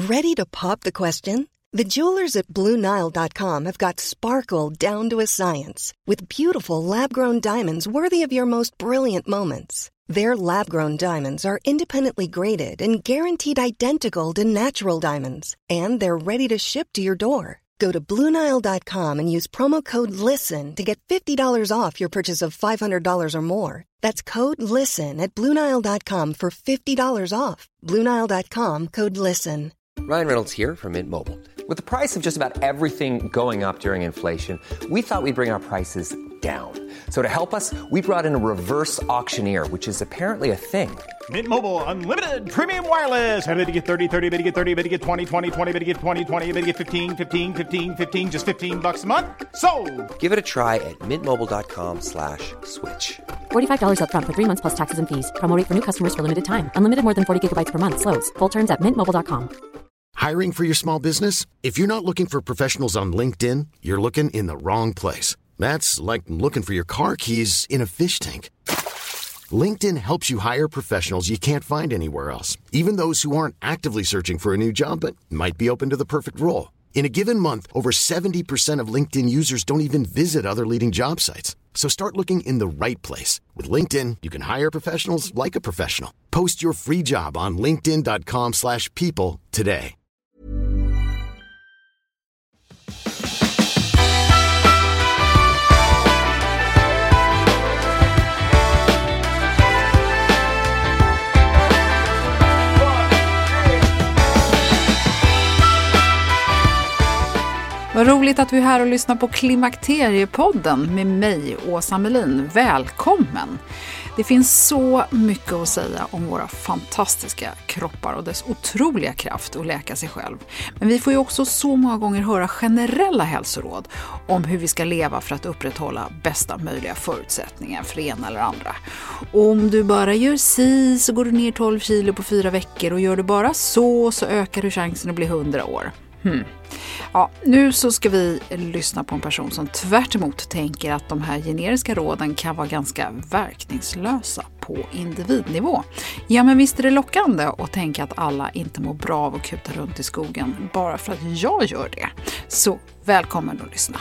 Ready to pop the question? The jewelers at BlueNile.com have got sparkle down to a science with beautiful lab-grown diamonds worthy of your most brilliant moments. Their lab-grown diamonds are independently graded and guaranteed identical to natural diamonds, and they're ready to ship to your door. Go to BlueNile.com and use promo code LISTEN to get $50 off your purchase of $500 or more. That's code LISTEN at BlueNile.com for $50 off. BlueNile.com, code LISTEN. Ryan Reynolds here from Mint Mobile. With the price of just about everything going up during inflation, we thought we'd bring our prices down. So to help us, we brought in a reverse auctioneer, which is apparently a thing. Mint Mobile Unlimited Premium Wireless. How to get 30, 30, bit to get 30, bit to get 20, 20, 20, bit to get 20, 20, bit to get 15, 15, 15, 15, just $15 a month? Sold! Give it a try at mintmobile.com/switch. $45 up front for 3 months plus taxes and fees. Promo rate for new customers for limited time. Unlimited more than 40 gigabytes per month. Slows full terms at mintmobile.com. Hiring for your small business? If you're not looking for professionals on LinkedIn, you're looking in the wrong place. That's like looking for your car keys in a fish tank. LinkedIn helps you hire professionals you can't find anywhere else, even those who aren't actively searching for a new job but might be open to the perfect role. In a given month, over 70% of LinkedIn users don't even visit other leading job sites. So start looking in the right place. With LinkedIn, you can hire professionals like a professional. Post your free job on linkedin.com/people today. Vad roligt att du är här och lyssnar på Klimakteriepodden med mig, Åsa Melin. Välkommen! Det finns så mycket att säga om våra fantastiska kroppar och dess otroliga kraft att läka sig själv. Men vi får ju också så många gånger höra generella hälsoråd om hur vi ska leva för att upprätthålla bästa möjliga förutsättningar för det ena eller andra. Om du bara gör så går du ner 12 kilo på 4 veckor, och gör du bara så ökar du chansen att bli 100 år. Ja, nu så ska vi lyssna på en person som tvärt emot tänker att de här generiska råden kan vara ganska verkningslösa på individnivå. Ja, men visst är det lockande att tänka att alla inte mår bra av att kuta runt i skogen bara för att jag gör det. Så välkommen att lyssna.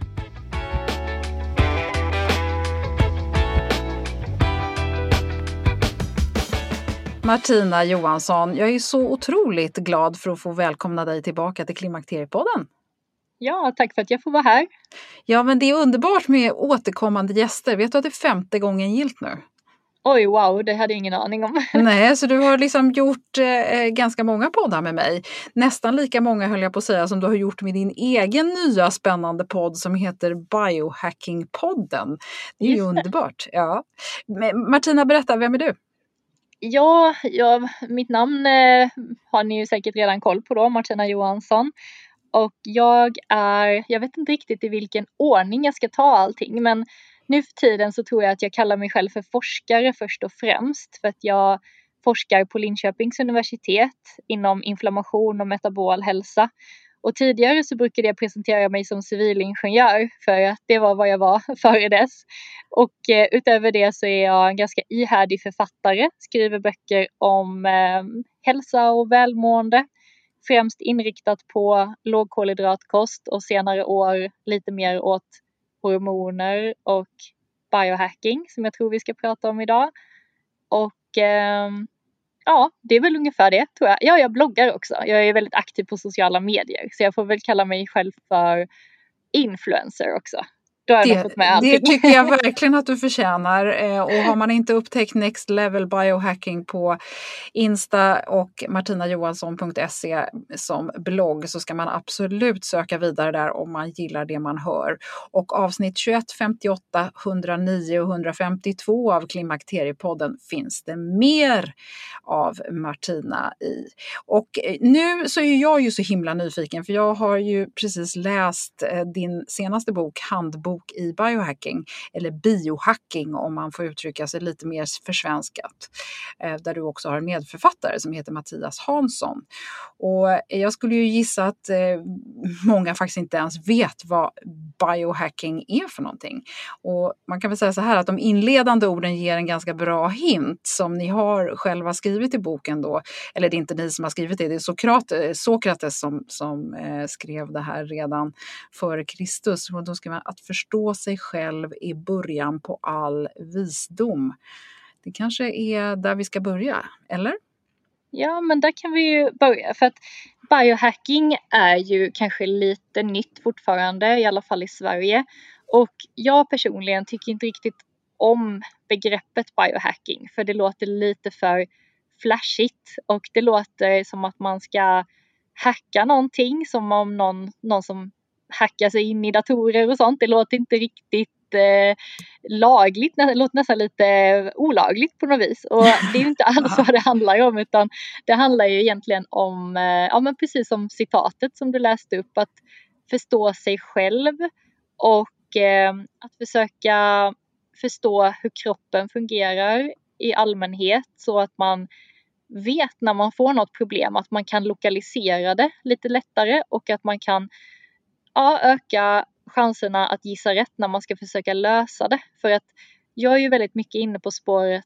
Martina Johansson, jag är så otroligt glad för att få välkomna dig tillbaka till Klimakteriepodden. Ja, tack för att jag får vara här. Ja, men det är underbart med återkommande gäster. Vet du att det är 5:e gången gillt nu? Oj, wow, det hade jag ingen aning om. Nej, så du har liksom gjort ganska många poddar med mig. Nästan lika många, höll jag på att säga, som du har gjort med din egen nya spännande podd som heter Biohacking-podden. Det är ju underbart. Ja. Martina, berätta, vem är du? Ja, mitt namn har ni ju säkert redan koll på då, Martina Johansson. Och jag vet inte riktigt i vilken ordning jag ska ta allting, men nu för tiden så tror jag att jag kallar mig själv för forskare först och främst, för att jag forskar på Linköpings universitet inom inflammation och metabol hälsa. Och tidigare så brukade jag presentera mig som civilingenjör, för att det var vad jag var före dess. Och utöver det så är jag en ganska ihärdig författare, skriver böcker om hälsa och välmående. Främst inriktat på lågkolhydratkost och senare år lite mer åt hormoner och biohacking som jag tror vi ska prata om idag. Och ja, det är väl ungefär det, tror jag. Ja, jag bloggar också. Jag är väldigt aktiv på sociala medier, så jag får väl kalla mig själv för influencer också. Då har jag fått med allting. Det tycker jag verkligen att du förtjänar. Och har man inte upptäckt Next Level Biohacking på Insta och martinajohansson.se som blogg, så ska man absolut söka vidare där om man gillar det man hör. Och avsnitt 21, 58, 109 och 152 av Klimakteriepodden finns det mer av Martina i. Och nu så är jag ju så himla nyfiken, för jag har ju precis läst din senaste bok, Handbok bok i biohacking, eller biohacking om man får uttrycka sig lite mer försvenskat, där du också har en medförfattare som heter Mattias Hansson. Och jag skulle ju gissa att många faktiskt inte ens vet vad biohacking är för någonting. Och man kan väl säga så här att de inledande orden ger en ganska bra hint som ni har själva skrivit i boken då. Eller det är inte ni som har skrivit det är Sokrates som skrev det här redan före Kristus. Och då ska man att förstå sig själv i början på all visdom. Det kanske är där vi ska börja, eller? Ja, men där kan vi ju börja, för att biohacking är ju kanske lite nytt fortfarande, i alla fall i Sverige. Och jag personligen tycker inte riktigt om begreppet biohacking, för det låter lite för flashigt och det låter som att man ska hacka någonting, som om någon som hackar sig in i datorer och sånt. Det låter inte riktigt lagligt, det låter nästan lite olagligt på något vis, och det är ju inte alls vad det handlar om, utan det handlar ju egentligen om, ja men precis som citatet som du läste upp, att förstå sig själv och att försöka förstå hur kroppen fungerar i allmänhet, så att man vet när man får något problem, att man kan lokalisera det lite lättare och att man kan öka chanserna att gissa rätt när man ska försöka lösa det. För att jag är ju väldigt mycket inne på spåret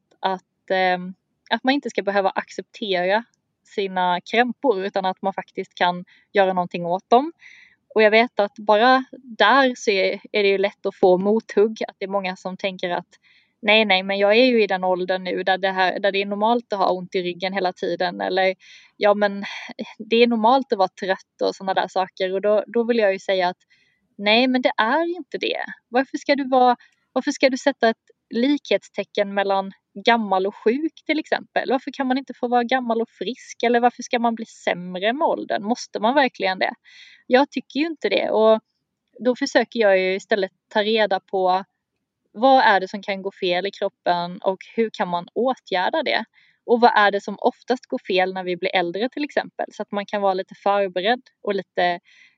att man inte ska behöva acceptera sina krämpor, utan att man faktiskt kan göra någonting åt dem. Och jag vet att bara där så är det ju lätt att få mothugg, att det är många som tänker att nej, men jag är ju i den åldern nu där det är normalt att ha ont i ryggen hela tiden, eller ja men det är normalt att vara trött och sådana där saker, och då vill jag ju säga att nej, men det är inte det. Varför ska du sätta ett likhetstecken mellan gammal och sjuk till exempel? Varför kan man inte få vara gammal och frisk? Eller varför ska man bli sämre med åldern? Måste man verkligen det? Jag tycker ju inte det, och då försöker jag ju istället ta reda på vad är det som kan gå fel i kroppen och hur kan man åtgärda det? Och vad är det som oftast går fel när vi blir äldre till exempel? Så att man kan vara lite förberedd och lite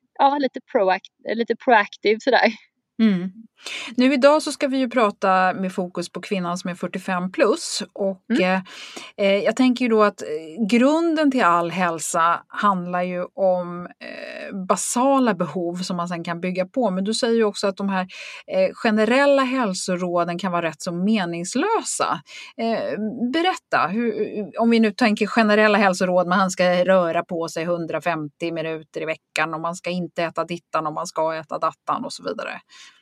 proaktiv sådär. Mm. Nu idag så ska vi ju prata med fokus på kvinnan som är 45 plus, och jag tänker ju då att grunden till all hälsa handlar ju om basala behov som man sen kan bygga på, men du säger ju också att de här generella hälsoråden kan vara rätt så meningslösa. Berätta, om vi nu tänker generella hälsoråd, man ska röra på sig 150 minuter i veckan och man ska inte äta dittan och man ska äta dattan och så vidare.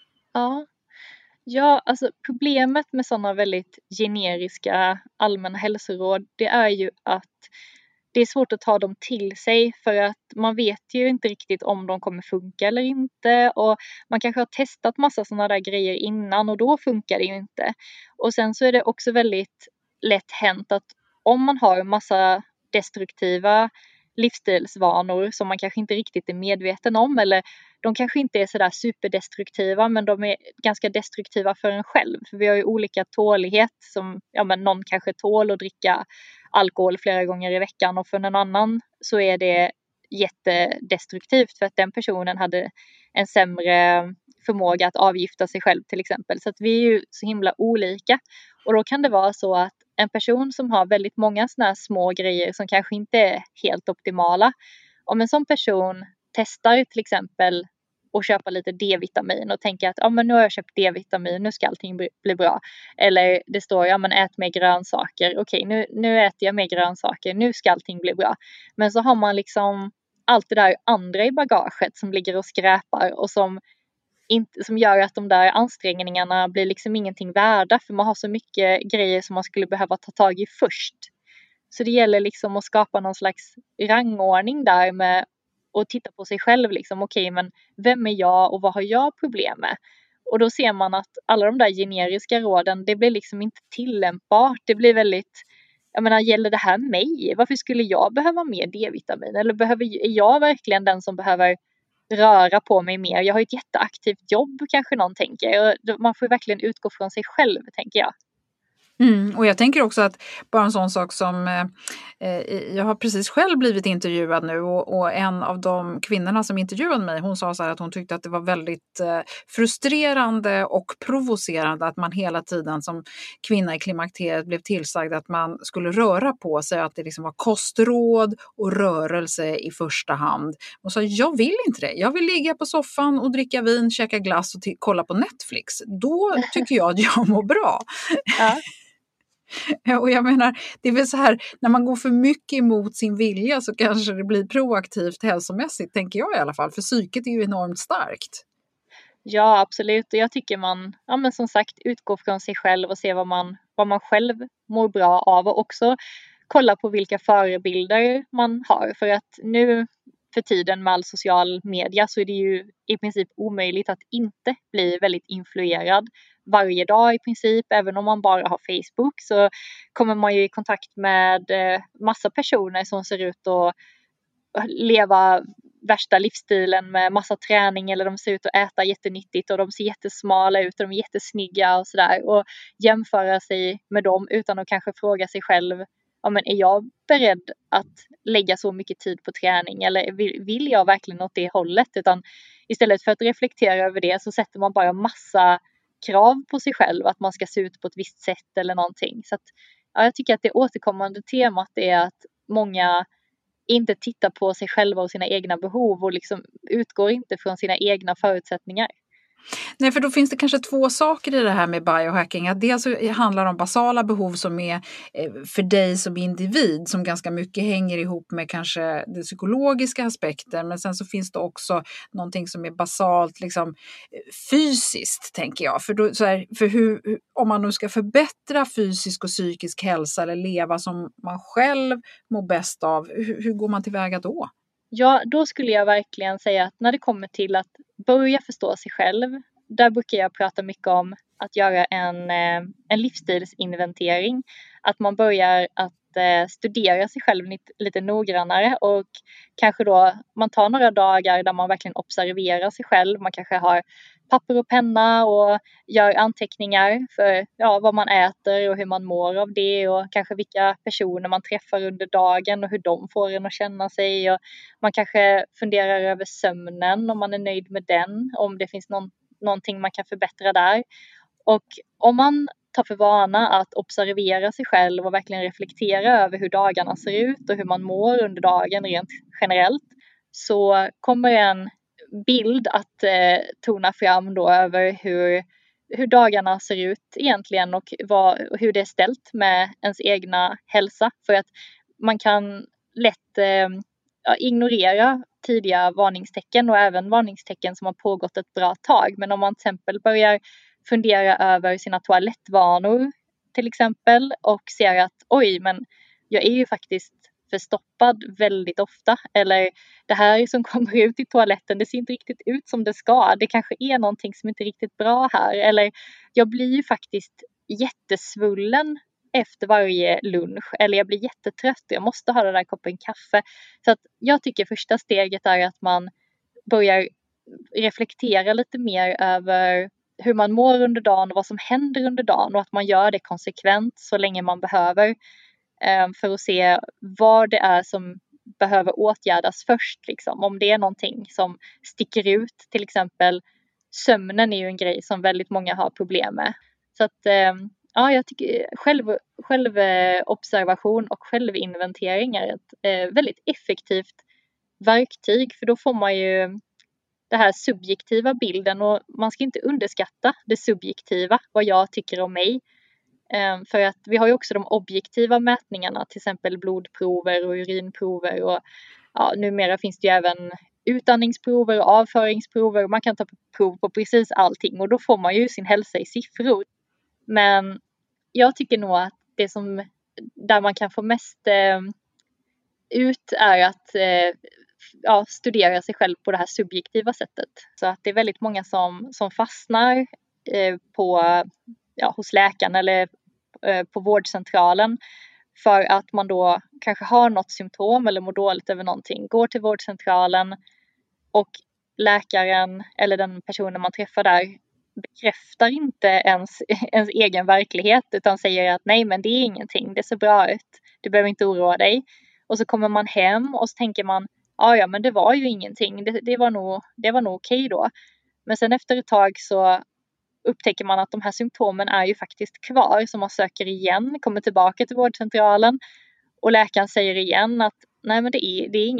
Ja, alltså problemet med sådana väldigt generiska allmänna hälsoråd, det är ju att det är svårt att ta dem till sig, för att man vet ju inte riktigt om de kommer funka eller inte, och man kanske har testat massa sådana där grejer innan och då funkar det ju inte. Och sen så är det också väldigt lätt hänt att om man har massa destruktiva livsstilsvanor som man kanske inte riktigt är medveten om, eller de kanske inte är sådär superdestruktiva, men de är ganska destruktiva för en själv. För vi har ju olika tålighet, som någon kanske tål att dricka alkohol flera gånger i veckan, och för någon annan så är det jättedestruktivt för att den personen hade en sämre förmåga att avgifta sig själv till exempel. Så att vi är ju så himla olika, och då kan det vara så att en person som har väldigt många såna här små grejer som kanske inte är helt optimala, om en sån person testar till exempel att köpa lite D-vitamin och tänker att men nu har jag köpt D-vitamin, nu ska allting bli bra. Eller det står ät mer grönsaker. Okej, nu äter jag mer grönsaker, nu ska allting bli bra. Men så har man liksom allt det där andra i bagaget som ligger och skräpar och som gör att de där ansträngningarna blir liksom ingenting värda, för man har så mycket grejer som man skulle behöva ta tag i först. Så det gäller liksom att skapa någon slags rangordning där med och titta på sig själv liksom, okej, men vem är jag och vad har jag problem med? Och då ser man att alla de där generiska råden, det blir liksom inte tillämpbart. Det blir väldigt, gäller det här mig? Varför skulle jag behöva mer D-vitamin? Eller är jag verkligen den som behöver röra på mig mer? Jag har ett jätteaktivt jobb, kanske någon tänker. Man får verkligen utgå från sig själv, tänker jag. Och jag tänker också att bara en sån sak som jag har precis själv blivit intervjuad nu och en av de kvinnorna som intervjuade mig, hon sa så här att hon tyckte att det var väldigt frustrerande och provocerande att man hela tiden som kvinna i klimakteriet blev tillsagd att man skulle röra på sig, att det liksom var kostråd och rörelse i första hand. Och så jag vill inte det. Jag vill ligga på soffan och dricka vin, käka glass och kolla på Netflix. Då tycker jag att jag mår bra. Ja. Och jag menar, det är väl så här, när man går för mycket emot sin vilja så kanske det blir proaktivt hälsomässigt, tänker jag i alla fall. För psyket är ju enormt starkt. Ja, absolut. Och jag tycker man, men som sagt, utgår från sig själv och se vad man själv mår bra av. Och också kolla på vilka förebilder man har. För att nu för tiden med all social media så är det ju i princip omöjligt att inte bli väldigt influerad. Varje dag i princip, även om man bara har Facebook, så kommer man ju i kontakt med massa personer som ser ut att leva värsta livsstilen med massa träning, eller de ser ut att äta jättenyttigt och de ser jättesmala ut och de är jättesnygga och sådär, och jämföra sig med dem utan att kanske fråga sig själv, är jag beredd att lägga så mycket tid på träning, eller vill jag verkligen åt det hållet? Utan istället för att reflektera över det så sätter man bara massa krav på sig själv att man ska se ut på ett visst sätt eller någonting. Så att, jag tycker att det återkommande temat är att många inte tittar på sig själva och sina egna behov och liksom utgår inte från sina egna förutsättningar. Nej, för då finns det kanske två saker i det här med biohacking. Att dels handlar om basala behov som är för dig som individ, som ganska mycket hänger ihop med kanske det psykologiska aspekter. Men sen så finns det också någonting som är basalt liksom fysiskt, tänker jag. För, då, så här, om man nu ska förbättra fysisk och psykisk hälsa eller leva som man själv mår bäst av, hur går man tillväga då? Ja, då skulle jag verkligen säga att när det kommer till att börja förstå sig själv, där brukar jag prata mycket om att göra en livsstilsinventering. Att man börjar att studera sig själv lite noggrannare, och kanske då man tar några dagar där man verkligen observerar sig själv. Man kanske har papper och penna och gör anteckningar för vad man äter och hur man mår av det, och kanske vilka personer man träffar under dagen och hur de får en att känna sig. Och man kanske funderar över sömnen, om man är nöjd med den, om det finns någonting man kan förbättra där. Och om man tar för vana att observera sig själv och verkligen reflektera över hur dagarna ser ut och hur man mår under dagen rent generellt, så kommer en bild att tona fram då över hur dagarna ser ut egentligen och hur det är ställt med ens egna hälsa. För att man kan lätt ignorera tidiga varningstecken och även varningstecken som har pågått ett bra tag. Men om man till exempel börjar fundera över sina toalettvanor till exempel och ser att men jag är ju faktiskt förstoppad väldigt ofta, eller det här som kommer ut i toaletten, det ser inte riktigt ut som det ska, det kanske är någonting som inte är riktigt bra här, eller jag blir ju faktiskt jättesvullen efter varje lunch, eller jag blir jättetrött och jag måste ha den där koppen kaffe. Så att jag tycker första steget är att man börjar reflektera lite mer över hur man mår under dagen och vad som händer under dagen, och att man gör det konsekvent så länge man behöver, för att se vad det är som behöver åtgärdas först. Liksom. Om det är någonting som sticker ut, till exempel sömnen är ju en grej som väldigt många har problem med. Så att jag tycker självobservation och självinventering är ett väldigt effektivt verktyg, för då får man ju det här subjektiva bilden, och man ska inte underskatta det subjektiva, vad jag tycker om mig. För att vi har ju också de objektiva mätningarna, till exempel blodprover och urinprover, och numera finns det ju även utandningsprover och avföringsprover, och man kan ta prov på precis allting, och då får man ju sin hälsa i siffror. Men jag tycker nog att det som där man kan få mest ut är att studera sig själv på det här subjektiva sättet. Så att det är väldigt många som fastnar hos läkaren eller på vårdcentralen, för att man då kanske har något symptom eller mår dåligt över någonting, går till vårdcentralen och läkaren eller den personen man träffar där bekräftar inte ens egen verklighet utan säger att nej, men det är ingenting, det ser bra ut, du behöver inte oroa dig. Och så kommer man hem och så tänker man, ja men det var ju ingenting, det var nog okej då. Men sen efter ett tag så upptäcker man att de här symptomen är ju faktiskt kvar, så man söker igen, kommer tillbaka till vårdcentralen och läkaren säger igen att nej, men det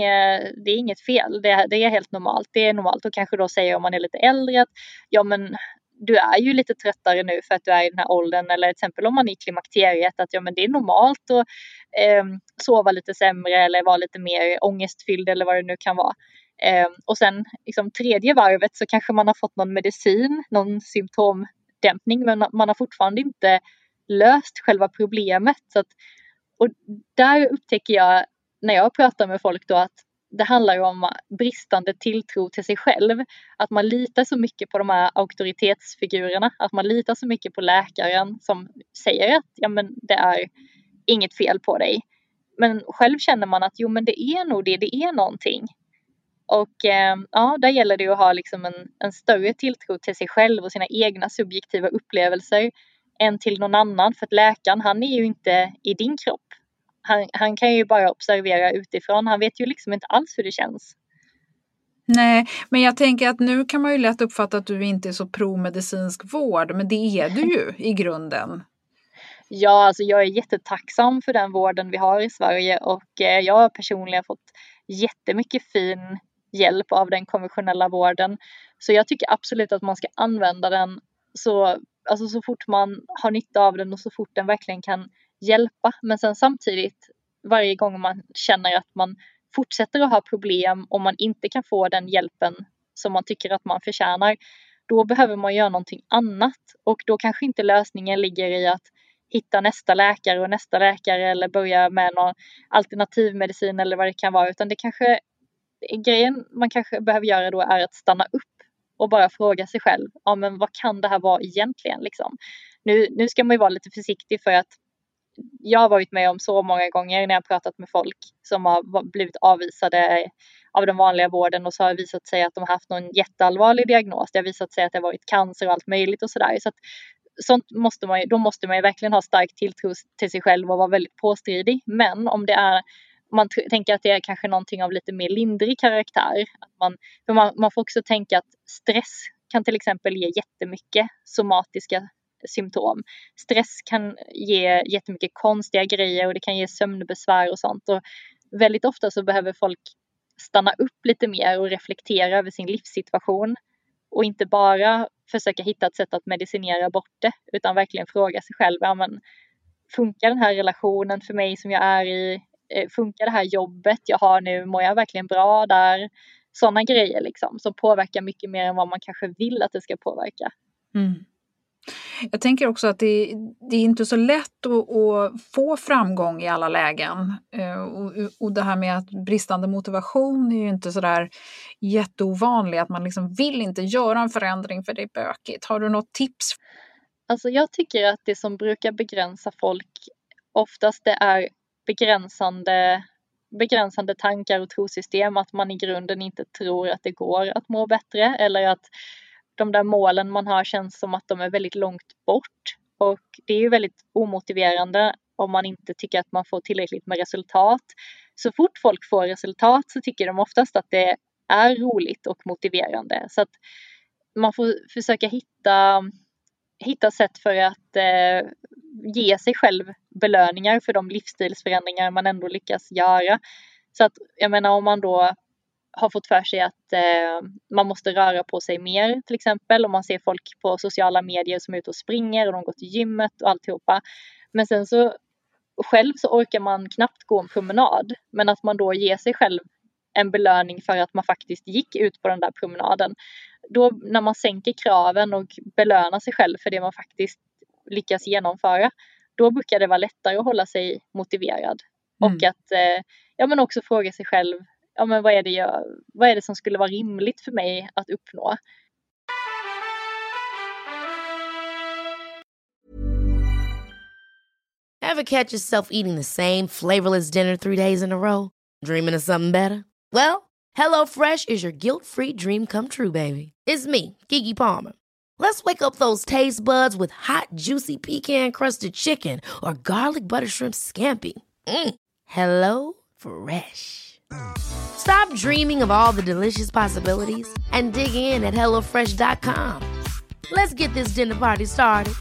är inget fel, det är helt normalt, det är normalt. Och kanske då säger, om man är lite äldre, att ja men du är ju lite tröttare nu för att du är i den här åldern, eller till exempel om man är i klimakteriet, att ja men det är normalt att sova lite sämre eller vara lite mer ångestfylld eller vad det nu kan vara. Och sen liksom tredje varvet så kanske man har fått någon medicin, någon symptomdämpning, men man har fortfarande inte löst själva problemet. Så att, och där upptäcker jag när jag pratar med folk då att det handlar om bristande tilltro till sig själv. Att man litar så mycket på de här auktoritetsfigurerna, att man litar så mycket på läkaren som säger att ja men det är inget fel på dig. Men själv känner man att jo men det är nog det är någonting. Och ja, där gäller det att ha liksom en större tilltro till sig själv och sina egna subjektiva upplevelser än till någon annan. För att läkaren, han är ju inte i din kropp. Han kan ju bara observera utifrån. Han vet ju liksom inte alls hur det känns. Nej, men jag tänker att nu kan man ju lätt uppfatta att du inte är så pro-medicinsk vård. Men det är du ju i grunden. Ja, alltså jag är jättetacksam för den vården vi har i Sverige. Och jag har personligen fått jättemycket fin hjälp av den konventionella vården. Så jag tycker absolut att man ska använda den så fort man har nytta av den och så fort den verkligen kan hjälpa. Men sen samtidigt, varje gång man känner att man fortsätter att ha problem och man inte kan få den hjälpen som man tycker att man förtjänar, då behöver man göra någonting annat. Och då kanske inte lösningen ligger i att hitta nästa läkare eller börja med någon alternativmedicin eller vad det kan vara, utan det kanske grejen man kanske behöver göra då är att stanna upp och bara fråga sig själv, ja men vad kan det här vara egentligen liksom? Nu ska man ju vara lite försiktig, för att jag har varit med om så många gånger när jag pratat med folk som har blivit avvisade av den vanliga vården och så har det visat sig att de har haft någon jätteallvarlig diagnos. Det har visat sig att det har varit cancer och allt möjligt och sådär. Så att då måste man ju verkligen ha stark tilltro till sig själv och vara väldigt påstridig. Men om det är, man tänker att det är kanske någonting av lite mer lindrig karaktär. Man får också tänka att stress kan till exempel ge jättemycket somatiska symptom. Stress kan ge jättemycket konstiga grejer och det kan ge sömnbesvär och sånt. Och väldigt ofta så behöver folk stanna upp lite mer och reflektera över sin livssituation. Och inte bara försöka hitta ett sätt att medicinera bort det, utan verkligen fråga sig själv, ja men funkar den här relationen för mig som jag är i? Funkar det här jobbet jag har nu? Mår jag verkligen bra där? Sådana grejer liksom, som påverkar mycket mer än vad man kanske vill att det ska påverka. Mm. Jag tänker också att det är inte så lätt att få framgång i alla lägen. Och det här med att bristande motivation är ju inte sådär jätteovanligt, att man liksom vill inte göra en förändring för det är bökigt. Har du något tips? Alltså jag tycker att det som brukar begränsa folk oftast det är begränsande tankar och trosystem, att man i grunden inte tror att det går att må bättre, eller att de där målen man har känns som att de är väldigt långt bort. Och det är ju väldigt omotiverande om man inte tycker att man får tillräckligt med resultat. Så fort folk får resultat så tycker de oftast att det är roligt och motiverande. Så att man får försöka hitta sätt för att ge sig själv belöningar för de livsstilsförändringar man ändå lyckas göra. Så att jag menar, om man då har fått för sig att man måste röra på sig mer till exempel. Om man ser folk på sociala medier som är ute och springer och de går till gymmet och alltihopa. Men sen så själv så orkar man knappt gå en promenad. Men att man då ger sig själv en belöning för att man faktiskt gick ut på den där promenaden. Då när man sänker kraven och belönar sig själv för det man faktiskt lyckas genomföra. Då brukar det vara lättare att hålla sig motiverad. Och att men också fråga sig själv, ja men vad är det som skulle vara rimligt för mig att uppnå? Ever catch yourself eating the same flavorless dinner 3 days in a row? Dreaming of something better? Well, HelloFresh is your guilt-free dream come true, baby. It's me, Keke Palmer. Let's wake up those taste buds with hot, juicy pecan-crusted chicken or garlic butter shrimp scampi. Hello Fresh. Stop dreaming of all the delicious possibilities and dig in at HelloFresh.com. Let's get this dinner party started.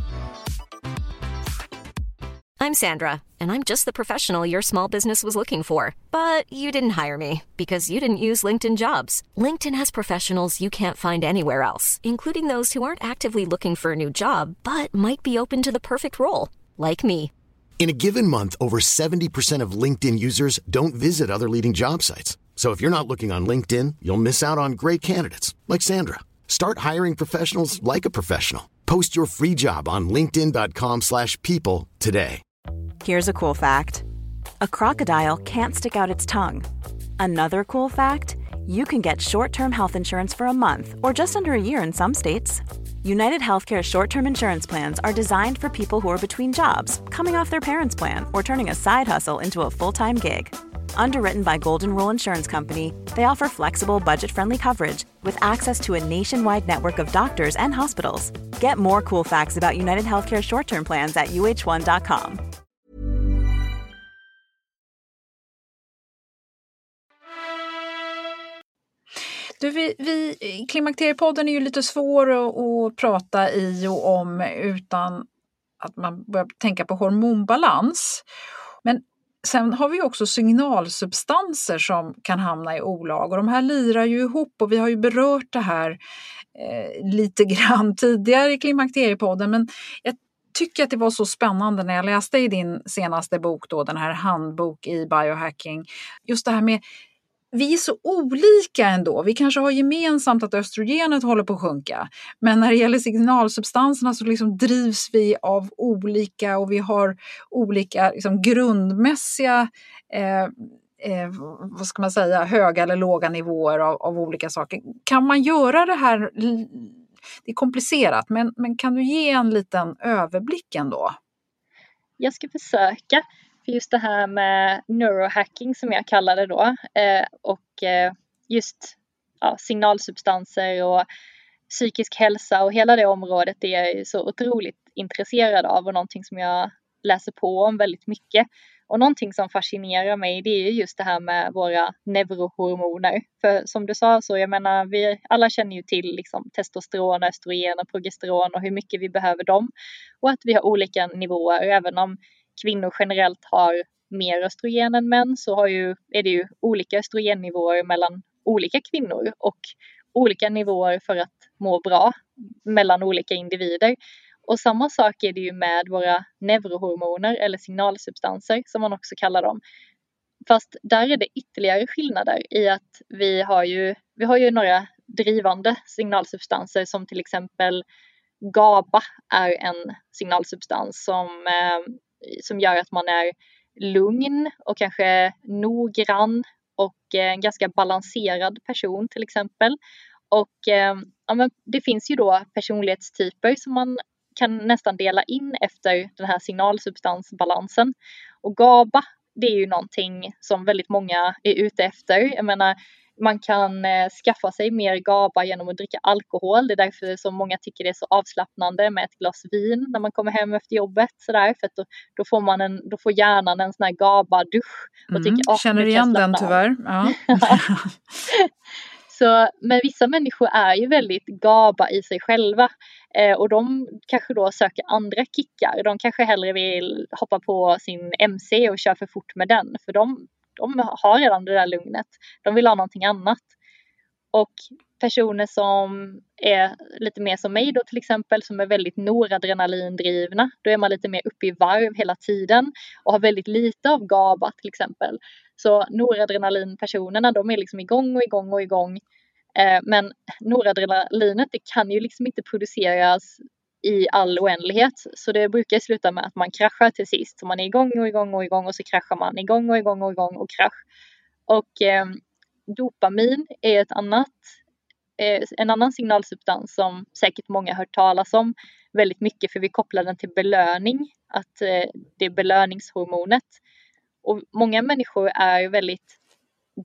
I'm Sandra, and I'm just the professional your small business was looking for. But you didn't hire me because you didn't use LinkedIn Jobs. LinkedIn has professionals you can't find anywhere else, including those who aren't actively looking for a new job, but might be open to the perfect role, like me. In a given month, over 70% of LinkedIn users don't visit other leading job sites. So if you're not looking on LinkedIn, you'll miss out on great candidates like Sandra. Start hiring professionals like a professional. Post your free job on linkedin.com/people today. Here's a cool fact. A crocodile can't stick out its tongue. Another cool fact, you can get short-term health insurance for a month or just under a year in some states. United Healthcare short-term insurance plans are designed for people who are between jobs, coming off their parents' plan, or turning a side hustle into a full-time gig. Underwritten by Golden Rule Insurance Company, they offer flexible, budget-friendly coverage with access to a nationwide network of doctors and hospitals. Get more cool facts about United Healthcare short-term plans at uh1.com. Du, Klimakteriepodden är ju lite svår att prata i och om utan att man börjar tänka på hormonbalans. Men sen har vi också signalsubstanser som kan hamna i olag och de här lirar ju ihop och vi har ju berört det här lite grann tidigare i Klimakteriepodden, men jag tycker att det var så spännande när jag läste i din senaste bok då, den här handbok i biohacking, just det här med vi är så olika ändå. Vi kanske har gemensamt att östrogenet håller på att sjunka. Men när det gäller signalsubstanserna så liksom drivs vi av olika och vi har olika liksom grundmässiga vad ska man säga, höga eller låga nivåer av olika saker. Kan man göra det här? Det är komplicerat, men kan du ge en liten överblick ändå? Jag ska försöka. För just det här med neurohacking som jag kallar det då och just signalsubstanser och psykisk hälsa och hela det området, det är jag så otroligt intresserad av och någonting som jag läser på om väldigt mycket. Och någonting som fascinerar mig, det är just det här med våra neurohormoner. För som du sa, så jag menar, vi alla känner ju till liksom testosteron, östrogen och progesteron och hur mycket vi behöver dem. Och att vi har olika nivåer, även om kvinnor generellt har mer östrogen än män, så är det ju olika östrogennivåer mellan olika kvinnor och olika nivåer för att må bra mellan olika individer. Och samma sak är det ju med våra neurohormoner eller signalsubstanser som man också kallar dem. Fast där är det ytterligare skillnader i att vi har ju några drivande signalsubstanser som till exempel GABA är en signalsubstans som gör att man är lugn och kanske noggrann och en ganska balanserad person till exempel. Och men det finns ju då personlighetstyper som man kan nästan dela in efter den här signalsubstansbalansen. Och GABA, det är ju någonting som väldigt många är ute efter. Jag menar, man kan skaffa sig mer GABA genom att dricka alkohol. Det är därför som många tycker det är så avslappnande med ett glas vin när man kommer hem efter jobbet. Sådär, för att då får hjärnan en sån här GABA-dusch. Och känner igen den tyvärr. Ja. Så, men vissa människor är ju väldigt GABA i sig själva och de kanske då söker andra kickar. De kanske hellre vill hoppa på sin MC och köra för fort med den, för de har redan det där lugnet. De vill ha någonting annat. Och personer som är lite mer som mig då till exempel, som är väldigt noradrenalindrivna, då är man lite mer uppe i varv hela tiden och har väldigt lite av GABA till exempel. Så noradrenalinpersonerna, de är liksom igång. Men noradrenalinet, det kan ju liksom inte produceras i all oändlighet. Så det brukar sluta med att man kraschar till sist. Så man är igång och så kraschar man. Igång och krasch. Och dopamin är en annan signalsubstans som säkert många har hört talas om väldigt mycket, för vi kopplar den till belöning. Att det är belöningshormonet. Och många människor är väldigt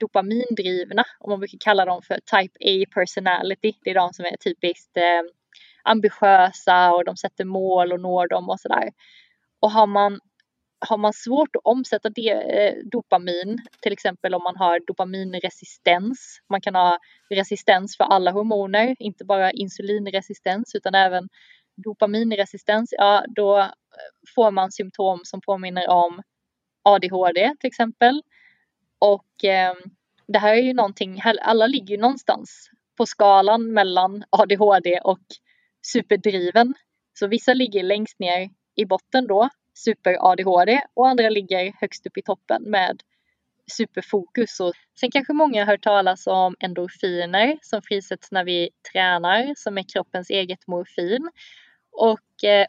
dopamindrivna, och man brukar kalla dem för type A personality. Det är de som är typiskt ambitiösa och de sätter mål och når dem och sådär. Och har man svårt att omsätta dopamin, till exempel om man har dopaminresistens, man kan ha resistens för alla hormoner, inte bara insulinresistens utan även dopaminresistens, ja då får man symptom som påminner om ADHD till exempel. Och det här är ju någonting, alla ligger ju någonstans på skalan mellan ADHD och superdriven. Så vissa ligger längst ner i botten då, super ADHD, och andra ligger högst upp i toppen med superfokus. Och sen kanske många har hört talas om endorfiner som frisätts när vi tränar, som är kroppens eget morfin. Och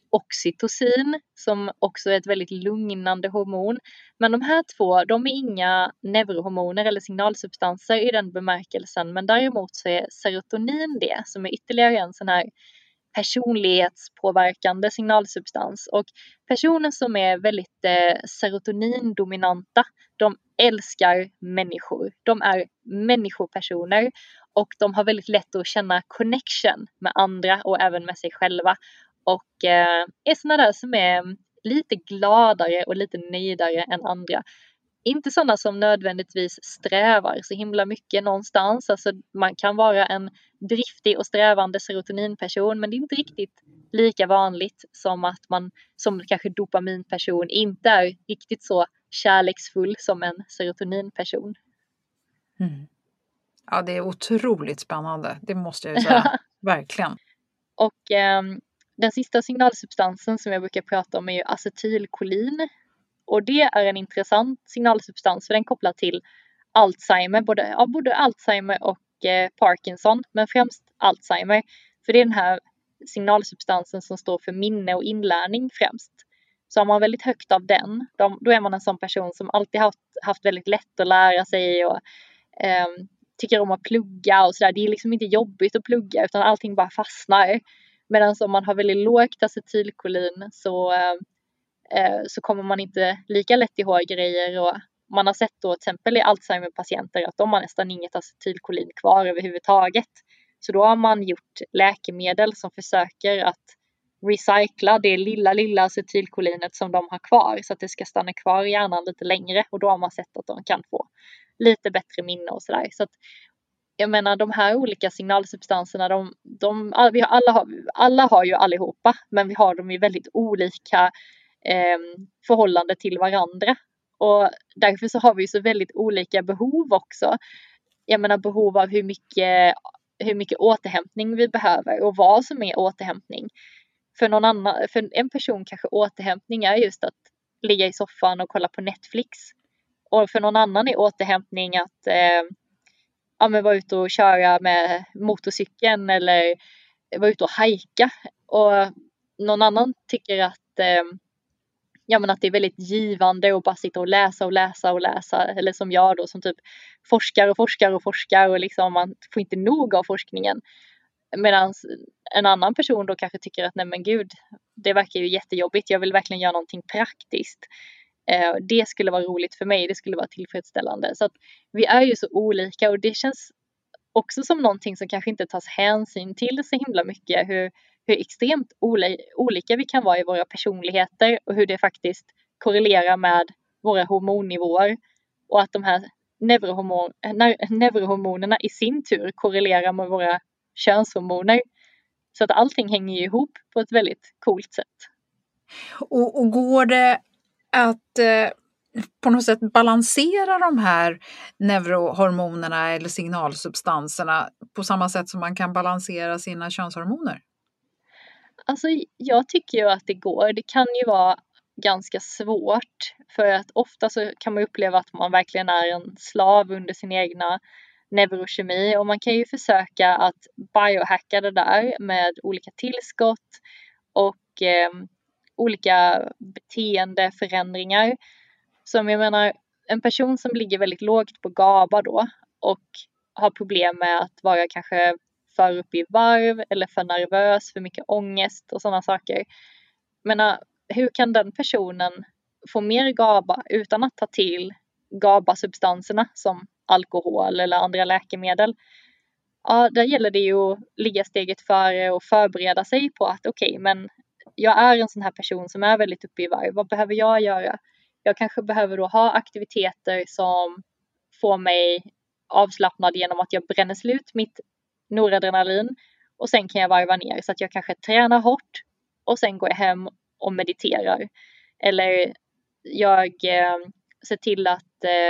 oxytocin som också är ett väldigt lugnande hormon. Men de här två, de är inga neurohormoner eller signalsubstanser i den bemärkelsen. Men däremot så är serotonin det, som är ytterligare en sån här personlighetspåverkande signalsubstans. Och personer som är väldigt serotonindominanta, de älskar människor. De är människopersoner och de har väldigt lätt att känna connection med andra och även med sig själva. Och är sådana där som är lite gladare och lite nöjdare än andra. Inte sådana som nödvändigtvis strävar så himla mycket någonstans. Alltså man kan vara en driftig och strävande serotoninperson, men det är inte riktigt lika vanligt som att man som kanske dopaminperson inte är riktigt så kärleksfull som en serotoninperson. Mm. Ja, det är otroligt spännande, det måste jag ju säga. Verkligen. Och den sista signalsubstansen som jag brukar prata om är ju acetylkolin. Och det är en intressant signalsubstans för den kopplar till Alzheimer, både Alzheimer och Parkinson, men främst Alzheimer. För det är den här signalsubstansen som står för minne och inlärning främst. Så har man väldigt högt av den, då är man en sån person som alltid haft väldigt lätt att lära sig och tycker om att plugga och sådär. Det är liksom inte jobbigt att plugga utan allting bara fastnar. Medan om man har väldigt lågt acetylkolin så kommer man inte lika lätt ihåg grejer. Och man har sett då till exempel i Alzheimer-patienter att de har nästan inget acetylkolin kvar överhuvudtaget. Så då har man gjort läkemedel som försöker att recycla det lilla acetylkolinet som de har kvar så att det ska stanna kvar i hjärnan lite längre. Och då har man sett att de kan få lite bättre minne och sådär. Så att jag menar de här olika signalsubstanserna, alla har ju allihopa, men vi har dem i väldigt olika förhållande till varandra. Och därför så har vi så väldigt olika behov också. Jag menar behov av hur mycket återhämtning vi behöver och vad som är återhämtning. För en person kanske återhämtning är just att ligga i soffan och kolla på Netflix. Och för någon annan är återhämtning att vara ute och köra med motorcykeln eller vara ute och hajka. Och någon annan tycker att att det är väldigt givande att bara sitta och läsa. Eller som jag då som typ forskar och liksom man får inte nog av forskningen. Medan en annan person då kanske tycker att nej men gud, det verkar ju jättejobbigt. Jag vill verkligen göra någonting praktiskt. Det skulle vara roligt för mig, det skulle vara tillfredsställande. Så att vi är ju så olika och det känns också som någonting som kanske inte tas hänsyn till så himla mycket. Hur extremt olika vi kan vara i våra personligheter och hur det faktiskt korrelerar med våra hormonnivåer. Och att de här neurohormonerna i sin tur korrelerar med våra könshormoner. Så att allting hänger ju ihop på ett väldigt coolt sätt. Och går det att på något sätt balansera de här neurohormonerna eller signalsubstanserna på samma sätt som man kan balansera sina könshormoner? Alltså jag tycker ju att det går. Det kan ju vara ganska svårt för att ofta så kan man uppleva att man verkligen är en slav under sin egna neurokemi och man kan ju försöka att biohacka det där med olika tillskott och olika beteendeförändringar. Som jag menar, en person som ligger väldigt lågt på GABA då och har problem med att vara kanske för upp i varv eller för nervös, för mycket ångest och sådana saker. Men hur kan den personen få mer GABA utan att ta till GABA-substanserna som alkohol eller andra läkemedel? ja, där gäller det ju att ligga steget före och förbereda sig på att okej, men jag är en sån här person som är väldigt uppe i varv. Vad behöver jag göra? Jag kanske behöver då ha aktiviteter som får mig avslappnad genom att jag bränner slut mitt noradrenalin och sen kan jag varva ner så att jag kanske tränar hårt och sen går jag hem och mediterar. Eller jag ser till att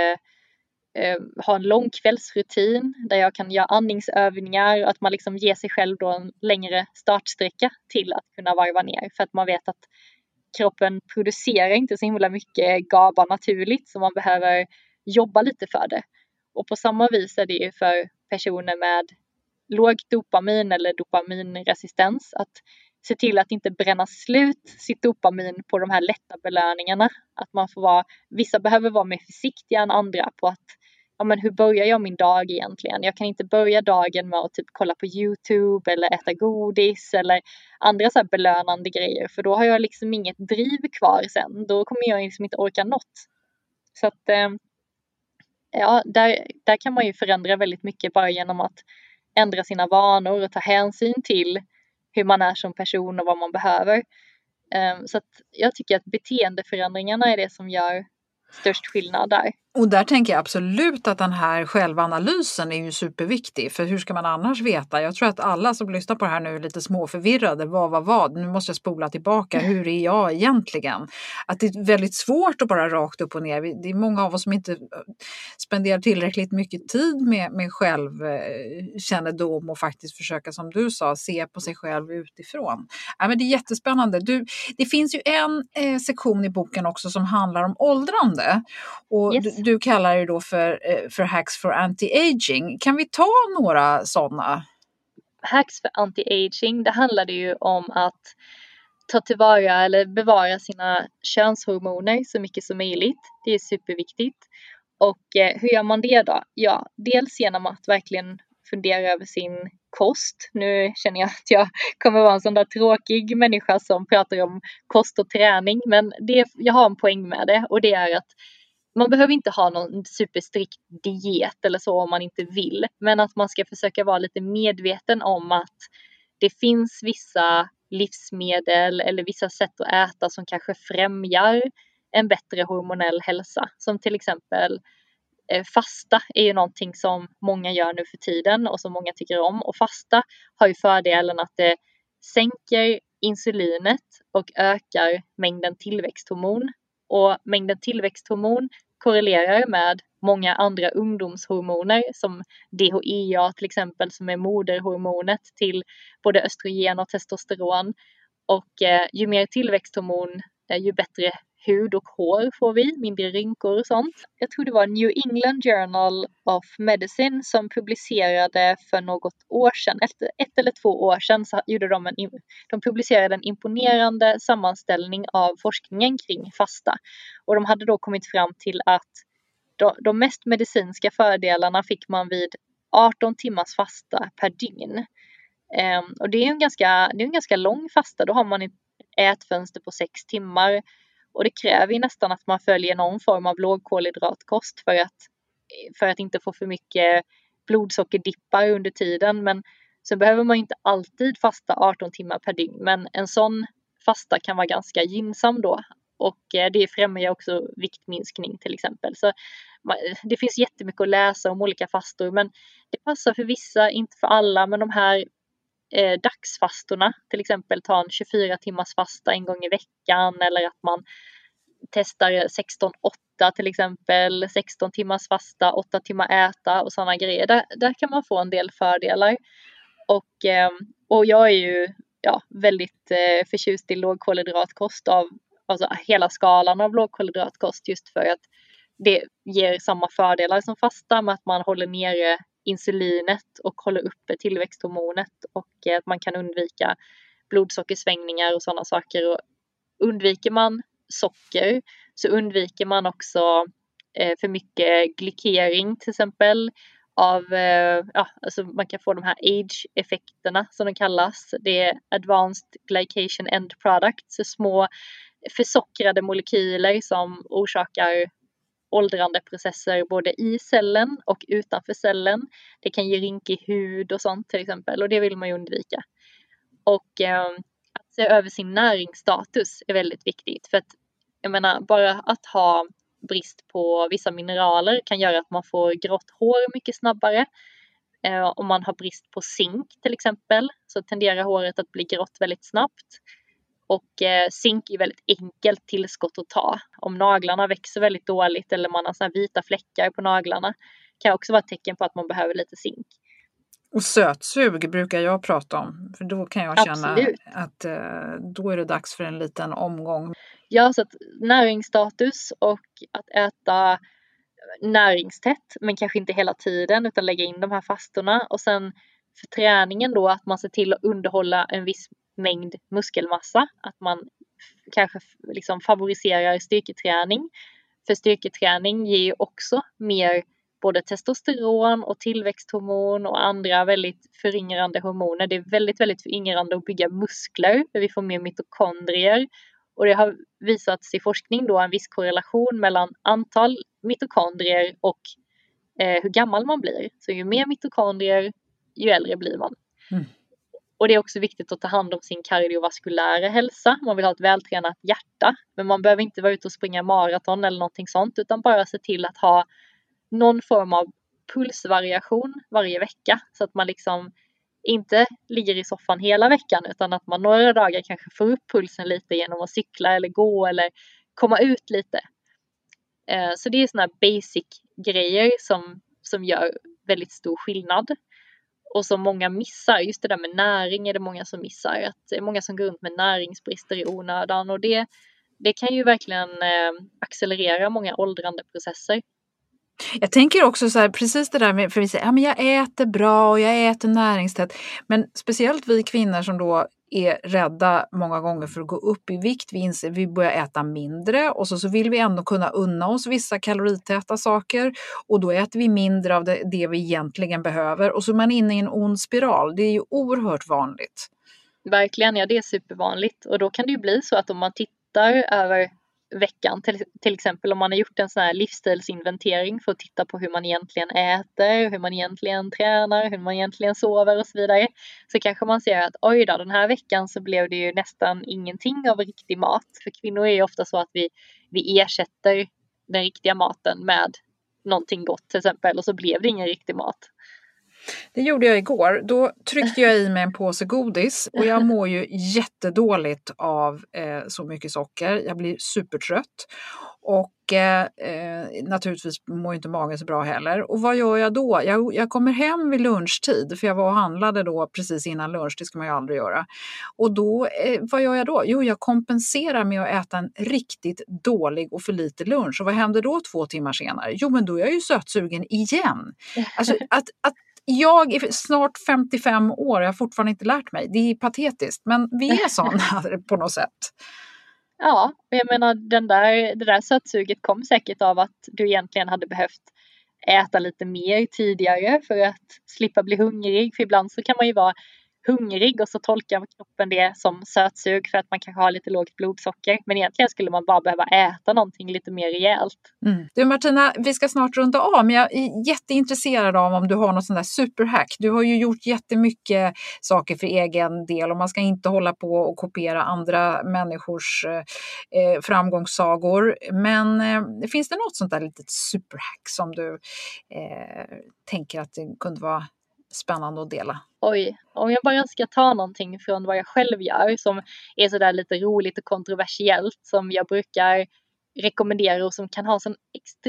ha en lång kvällsrutin där jag kan göra andningsövningar och att man liksom ger sig själv då en längre startsträcka till att kunna varva ner, för att man vet att kroppen producerar inte så himla mycket GABA naturligt, så man behöver jobba lite för det. Och på samma vis är det ju för personer med låg dopamin eller dopaminresistens att se till att inte bränna slut sitt dopamin på de här lätta belöningarna. Att man får vara, vissa behöver vara mer försiktiga än andra på att ja, men hur börjar jag min dag egentligen? Jag kan inte börja dagen med att typ kolla på YouTube eller äta godis eller andra så här belönande grejer, för då har jag liksom inget driv kvar sen. Då kommer jag liksom inte orka något. Så att ja, där kan man ju förändra väldigt mycket bara genom att ändra sina vanor och ta hänsyn till hur man är som person och vad man behöver. Så att jag tycker att beteendeförändringarna är det som gör störst skillnad där. Och där tänker jag absolut att den här självanalysen är ju superviktig. För hur ska man annars veta? Jag tror att alla som lyssnar på det här nu är lite småförvirrade. Vad? Nu måste jag spola tillbaka. Hur är jag egentligen? Att det är väldigt svårt att bara rakt upp och ner. Det är många av oss som inte spenderar tillräckligt mycket tid med självkännedom och faktiskt försöka, som du sa, se på sig själv utifrån. Ja, men det är jättespännande. Det finns ju en sektion i boken också som handlar om åldrande. Och yes. Du kallar det då för hacks for anti-aging. Kan vi ta några sådana? Hacks för anti-aging, det handlade ju om att ta tillvara eller bevara sina könshormoner så mycket som möjligt. Det är superviktigt. Och hur gör man det då? Ja, dels genom att verkligen fundera över sin kost. Nu känner jag att jag kommer vara en sån där tråkig människa som pratar om kost och träning. Men jag har en poäng med det, och det är att man behöver inte ha någon superstrikt diet eller så om man inte vill. Men att man ska försöka vara lite medveten om att det finns vissa livsmedel eller vissa sätt att äta som kanske främjar en bättre hormonell hälsa. Som till exempel fasta är ju någonting som många gör nu för tiden och som många tycker om. Och fasta har ju fördelen att det sänker insulinet och ökar mängden tillväxthormon. Och mängden tillväxthormon korrelerar med många andra ungdomshormoner som DHEA till exempel, som är moderhormonet till både östrogen och testosteron. Och ju mer tillväxthormon, ju bättre hud och hår får vi, mindre rynkor och sånt. Jag tror det var New England Journal of Medicine som publicerade för något år sedan, efter 1 eller 2 år sedan, så gjorde de publicerade en imponerande sammanställning av forskningen kring fasta. Och de hade då kommit fram till att de mest medicinska fördelarna fick man vid 18 timmars fasta per dygn. Och det är en ganska lång fasta. Då har man ett ätfönster på 6 timmar. Och det kräver nästan att man följer någon form av lågkolhydratkost för att inte få för mycket blodsockerdippar under tiden. Men så behöver man inte alltid fasta 18 timmar per dygn. Men en sån fasta kan vara ganska gynnsam då. Och det främjar också viktminskning till exempel. Så det finns jättemycket att läsa om olika fastor. Men det passar för vissa, inte för alla. Men de här dagsfastorna, till exempel ta en 24 timmars fasta en gång i veckan, eller att man testar 16-8 till exempel, 16 timmars fasta, 8 timmar äta och sådana grejer. Där kan man få en del fördelar. Och jag är ju väldigt förtjust i lågkolhydratkost alltså hela skalan av lågkolhydratkost, just för att det ger samma fördelar som fasta, med att man håller nere insulinet och håller uppe tillväxthormonet, och att man kan undvika blodsockersvängningar och sådana saker. Och undviker man socker så undviker man också för mycket glykering till exempel alltså man kan få de här age-effekterna som de kallas. Det är advanced glycation end products, så små försockrade molekyler som orsakar åldrande processer både i cellen och utanför cellen. Det kan ge rynkig hud och sånt till exempel, och det vill man ju undvika. Och att se över sin näringsstatus är väldigt viktigt, för att jag menar, bara att ha brist på vissa mineraler kan göra att man får grått hår mycket snabbare. Om man har brist på zink till exempel, så tenderar håret att bli grått väldigt snabbt. Och zink är väldigt enkelt tillskott att ta. Om naglarna växer väldigt dåligt eller man har såna här vita fläckar på naglarna, kan också vara ett tecken på att man behöver lite zink. Och sötsug brukar jag prata om, för då kan jag känna att då är det dags för en liten omgång. Ja, så att näringsstatus och att äta näringstätt, men kanske inte hela tiden utan lägga in de här fastorna. Och sen för träningen då, att man ser till att underhålla en viss mängd muskelmassa. Att man kanske liksom favoriserar styrketräning. För styrketräning ger ju också mer både testosteron och tillväxthormon och andra väldigt föryngrande hormoner. Det är väldigt, väldigt föryngrande att bygga muskler, för vi får mer mitokondrier. Och det har visats i forskning då en viss korrelation mellan antal mitokondrier och hur gammal man blir. Så ju mer mitokondrier, ju äldre blir man. Mm. Och det är också viktigt att ta hand om sin kardiovaskulära hälsa. Man vill ha ett vältränat hjärta. Men man behöver inte vara ute och springa maraton eller någonting sånt, utan bara se till att ha någon form av pulsvariation varje vecka. Så att man liksom inte ligger i soffan hela veckan, utan att man några dagar kanske får upp pulsen lite genom att cykla eller gå eller komma ut lite. Så det är såna här basic grejer som gör väldigt stor skillnad. Och som många missar, just det där med näring är det många som missar. Att det är många som går runt med näringsbrister i onödan, och det kan ju verkligen accelerera många åldrande processer. Jag tänker också så här, precis det där med, för vi säger, ja men jag äter bra och jag äter näringstätt. Men speciellt vi kvinnor som då är rädda många gånger för att gå upp i vikt. Vi börjar äta mindre och så vill vi ändå kunna unna oss vissa kaloritäta saker. Och då äter vi mindre av det vi egentligen behöver. Och så är man inne i en ond spiral. Det är ju oerhört vanligt. Verkligen, ja det är supervanligt. Och då kan det ju bli så att om man tittar över veckan, till exempel om man har gjort en sån här livsstilsinventering för att titta på hur man egentligen äter, hur man egentligen tränar, hur man egentligen sover och så vidare, så kanske man ser att oj då, den här veckan så blev det ju nästan ingenting av riktig mat. För kvinnor är ju ofta så att vi ersätter den riktiga maten med någonting gott till exempel, och så blev det ingen riktig mat. Det gjorde jag igår. Då tryckte jag i mig en påse godis och jag mår ju jättedåligt av så mycket socker. Jag blir supertrött och naturligtvis mår inte magen så bra heller. Och vad gör jag då? Jag kommer hem vid lunchtid, för jag var och handlade då precis innan lunch, det ska man ju aldrig göra. Och då, vad gör jag då? Jo, jag kompenserar med att äta en riktigt dålig och för lite lunch. Och vad händer då 2 timmar senare? Jo, men då är jag ju sötsugen igen. Alltså att jag är snart 55 år, jag har fortfarande inte lärt mig. Det är patetiskt, men vi är sådana på något sätt. Ja, jag menar det där sötsuget kom säkert av att du egentligen hade behövt äta lite mer tidigare för att slippa bli hungrig. För ibland så kan man ju vara hungrig och så tolkar kroppen det som sötsug för att man kanske har lite lågt blodsocker. Men egentligen skulle man bara behöva äta någonting lite mer rejält. Mm. Du Martina, vi ska snart runda av, men jag är jätteintresserad av om du har något sånt där superhack. Du har ju gjort jättemycket saker för egen del och man ska inte hålla på och kopiera andra människors framgångssagor. Men finns det något sånt där litet superhack som du tänker att det kunde vara spännande att dela? Oj, om jag bara ska ta någonting från vad jag själv gör som är sådär lite roligt och kontroversiellt, som jag brukar rekommendera och som kan ha sån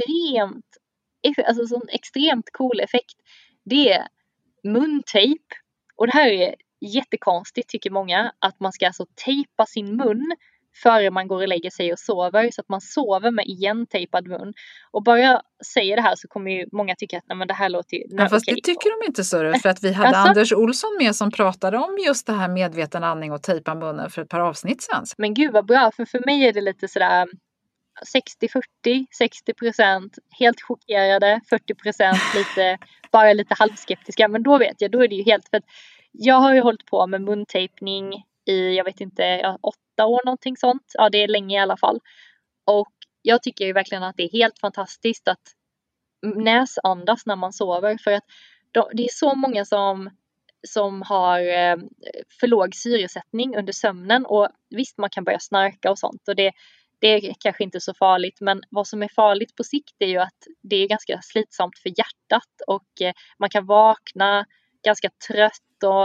extremt cool effekt, det är muntejp. Och det här är jättekonstigt tycker många, att man ska alltså tejpa sin mun före man går och lägger sig och sover, så att man sover med igentejpad mun. Och bara jag säger det här så kommer ju många tycka att nej, men det här låter ju... Ja, fast det tycker de inte så, för att vi hade Anders Olsson med som pratade om just det här medveten andning och tejpa munnen för ett par avsnitt sedan. Men gud vad bra, för mig är det lite sådär 60-40, 60% helt chockerade, 40% bara lite halvskeptiska. Men då vet jag, då är det ju helt, för att jag har ju hållit på med muntejpning i, jag vet inte, 8 år någonting sånt. Ja, det är länge i alla fall. Och jag tycker ju verkligen att det är helt fantastiskt att näsandas när man sover, för att det är så många som har för låg syresättning under sömnen, och visst, man kan börja snarka och sånt, och det är kanske inte så farligt, men vad som är farligt på sikt är ju att det är ganska slitsamt för hjärtat, och man kan vakna ganska trött och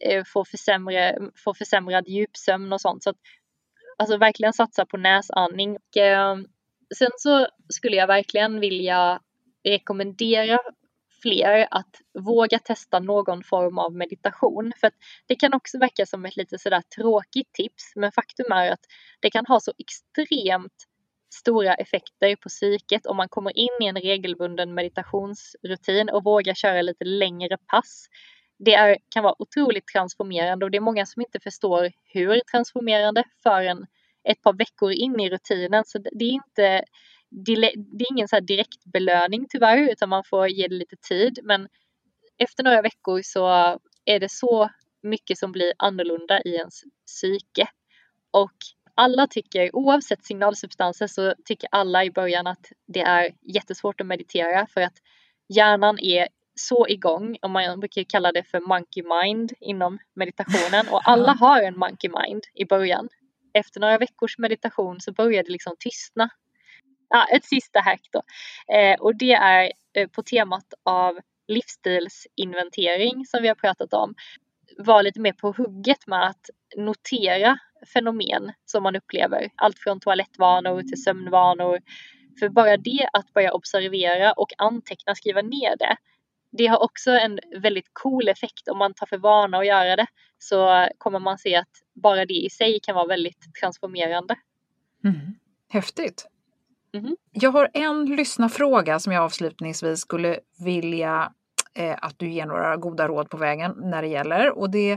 få försämrad djupsömn och sånt. Så att, alltså verkligen satsa på näsandning. Och, sen så skulle jag verkligen vilja rekommendera fler att våga testa någon form av meditation. För att det kan också verka som ett lite sådär tråkigt tips, men faktum är att det kan ha så extremt stora effekter på psyket om man kommer in i en regelbunden meditationsrutin och vågar köra lite längre pass. Det kan vara otroligt transformerande, och det är många som inte förstår hur transformerande förrän ett par veckor in i rutinen. Så det är ingen så här direkt belöning tyvärr, utan man får ge det lite tid. Men efter några veckor så är det så mycket som blir annorlunda i ens psyke. Och alla tycker, oavsett signalsubstanser, så tycker alla i början att det är jättesvårt att meditera, för att hjärnan är så igång, och man brukar kalla det för monkey mind inom meditationen, och alla har en monkey mind i början. Efter några veckors meditation så börjar det liksom tystna. Ett sista hack då, och det är på temat av livsstilsinventering som vi har pratat om. Var lite mer på hugget med att notera fenomen som man upplever, allt från toalettvanor till sömnvanor. För bara det att börja observera och anteckna, skriva ner det har också en väldigt cool effekt. Om man tar för vana att göra det, så kommer man se att bara det i sig kan vara väldigt transformerande. Häftigt. Jag har en lyssnarfråga som jag avslutningsvis skulle vilja att du ger några goda råd på vägen när det gäller. Och det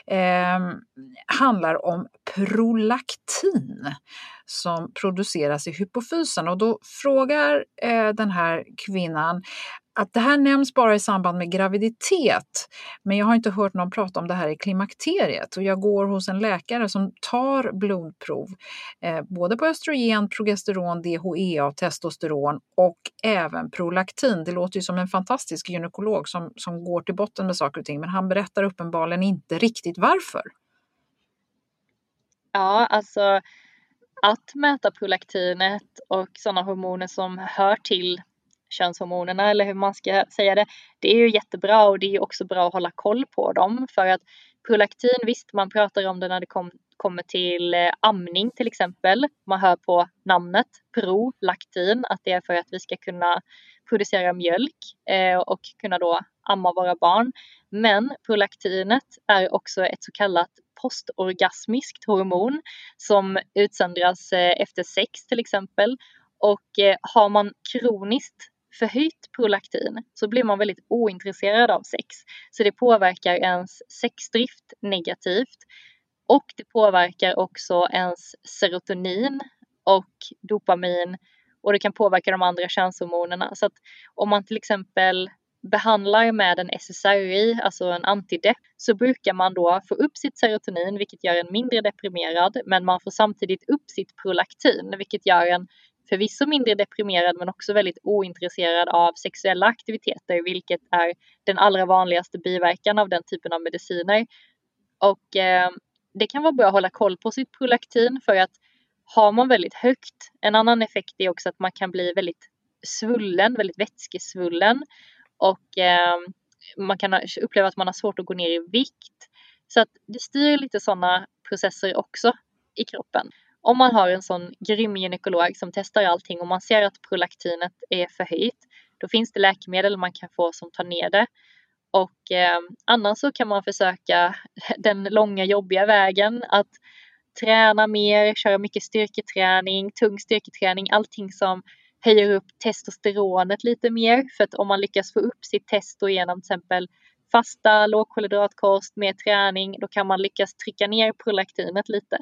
handlar om prolaktin som produceras i hypofysen. Och då frågar den här kvinnan att det här nämns bara i samband med graviditet, men jag har inte hört någon prata om det här i klimakteriet, och jag går hos en läkare som tar blodprov både på östrogen, progesteron, DHEA, testosteron och även prolaktin. Det låter ju som en fantastisk gynekolog som går till botten med saker och ting, men han berättar uppenbarligen inte riktigt varför. Ja, alltså att mäta prolaktinet och sådana hormoner som hör till könshormonerna, eller hur man ska säga det är ju jättebra, och det är ju också bra att hålla koll på dem, för att prolaktin, visst, man pratar om det när det kommer till amning till exempel. Man hör på namnet prolaktin att det är för att vi ska kunna producera mjölk och kunna då amma våra barn. Men prolaktinet är också ett så kallat postorgasmiskt hormon som utsöndras efter sex till exempel. Och har man kroniskt förhöjt prolaktin så blir man väldigt ointresserad av sex. Så det påverkar ens sexdrift negativt, och det påverkar också ens serotonin och dopamin, och det kan påverka de andra könshormonerna. Så att om man till exempel behandlar med en SSRI, alltså en antidepp, så brukar man då få upp sitt serotonin, vilket gör en mindre deprimerad, men man får samtidigt upp sitt prolaktin, vilket gör en förvisso mindre deprimerad men också väldigt ointresserad av sexuella aktiviteter, vilket är den allra vanligaste biverkan av den typen av mediciner. Och det kan vara bra att hålla koll på sitt prolaktin, för att har man väldigt högt, en annan effekt är också att man kan bli väldigt svullen, väldigt vätskesvullen, och man kan uppleva att man har svårt att gå ner i vikt. Så att det styr lite sådana processer också i kroppen. Om man har en sån grym gynekolog som testar allting och man ser att prolaktinet är förhöjt, då finns det läkemedel man kan få som tar ner det. Och annars så kan man försöka den långa jobbiga vägen att träna mer, köra mycket styrketräning, tung styrketräning, allting som höjer upp testosteronet lite mer. För att om man lyckas få upp sitt testo genom till exempel fasta, lågkolhydratkost, mer träning, då kan man lyckas trycka ner prolaktinet lite.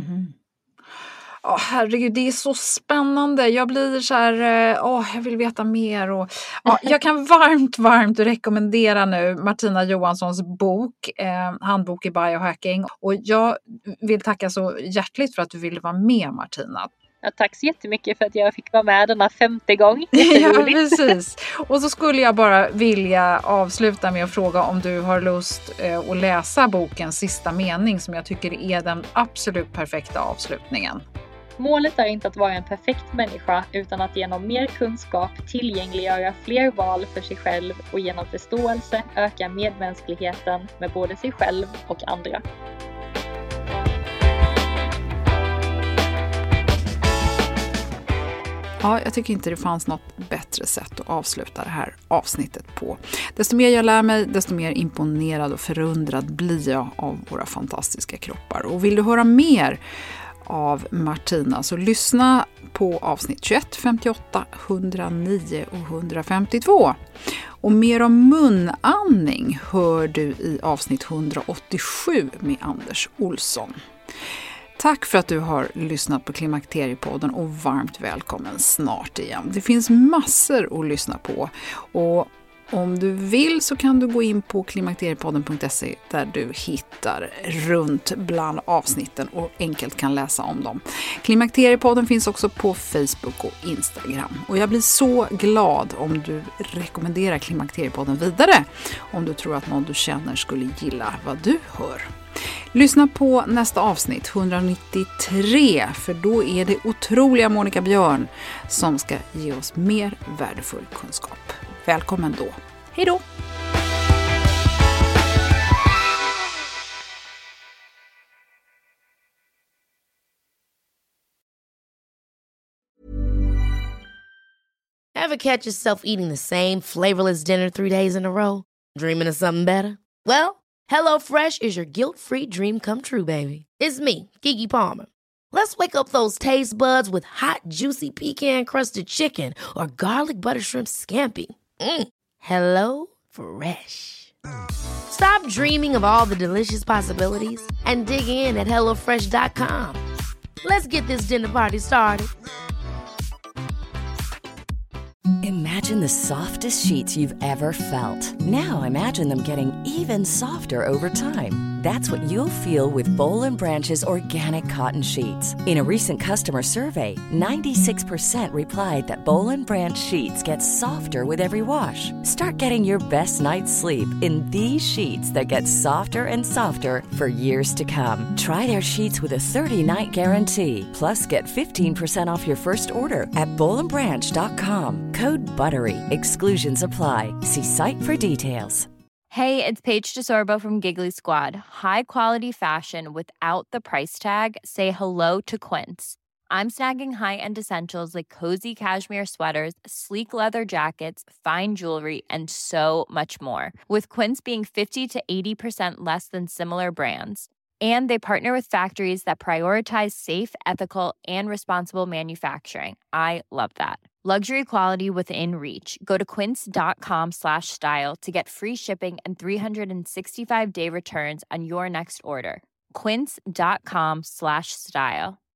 Herregud, det är så spännande. Jag blir så här, jag vill veta mer. Och, jag kan varmt rekommendera nu Martina Johanssons bok, Handbok i biohacking. Och jag vill tacka så hjärtligt för att du ville vara med, Martina. Ja, tack så jättemycket för att jag fick vara med denna 5:e gång. Ja, precis. Och så skulle jag bara vilja avsluta med att fråga om du har lust att läsa bokens sista mening som jag tycker är den absolut perfekta avslutningen. Målet är inte att vara en perfekt människa utan att genom mer kunskap tillgängliggöra fler val för sig själv och genom förståelse öka medmänskligheten med både sig själv och andra. Ja, jag tycker inte det fanns något bättre sätt att avsluta det här avsnittet på. Desto mer jag lär mig, desto mer imponerad och förundrad blir jag av våra fantastiska kroppar. Och vill du höra mer av Martina så lyssna på avsnitt 21, 58, 109 och 152. Och mer om munandning hör du i avsnitt 187 med Anders Olsson. Tack för att du har lyssnat på Klimakteriepodden och varmt välkommen snart igen. Det finns massor att lyssna på och om du vill så kan du gå in på klimakteriepodden.se där du hittar runt bland avsnitten och enkelt kan läsa om dem. Klimakteriepodden finns också på Facebook och Instagram. Och jag blir så glad om du rekommenderar Klimakteriepodden vidare om du tror att någon du känner skulle gilla vad du hör. Lyssna på nästa avsnitt, 193, för då är det otroliga Monica Björn som ska ge oss mer värdefull kunskap. Välkommen då. Hej då! Ever catch yourself eating the same flavorless dinner 3 days in a row? Dreaming of something better? Well, HelloFresh is your guilt-free dream come true, baby. It's me, Keke Palmer. Let's wake up those taste buds with hot, juicy pecan-crusted chicken or garlic butter shrimp scampi. Hello Fresh. Stop dreaming of all the delicious possibilities and dig in at HelloFresh.com. Let's get this dinner party started. Imagine the softest sheets you've ever felt. Now imagine them getting even softer over time. That's what you'll feel with Boll & Branch's organic cotton sheets. In a recent customer survey, 96% replied that Boll & Branch sheets get softer with every wash. Start getting your best night's sleep in these sheets that get softer and softer for years to come. Try their sheets with a 30-night guarantee. Plus, get 15% off your first order at bollandbranch.com. Code BUTTERY. Exclusions apply. See site for details. Hey, it's Paige DeSorbo from Giggly Squad. High quality fashion without the price tag. Say hello to Quince. I'm snagging high-end essentials like cozy cashmere sweaters, sleek leather jackets, fine jewelry, and so much more. With Quince being 50 to 80% less than similar brands. And they partner with factories that prioritize safe, ethical, and responsible manufacturing. I love that. Luxury quality within reach. Go to quince.com/style to get free shipping and 365-day returns on your next order. Quince.com/style.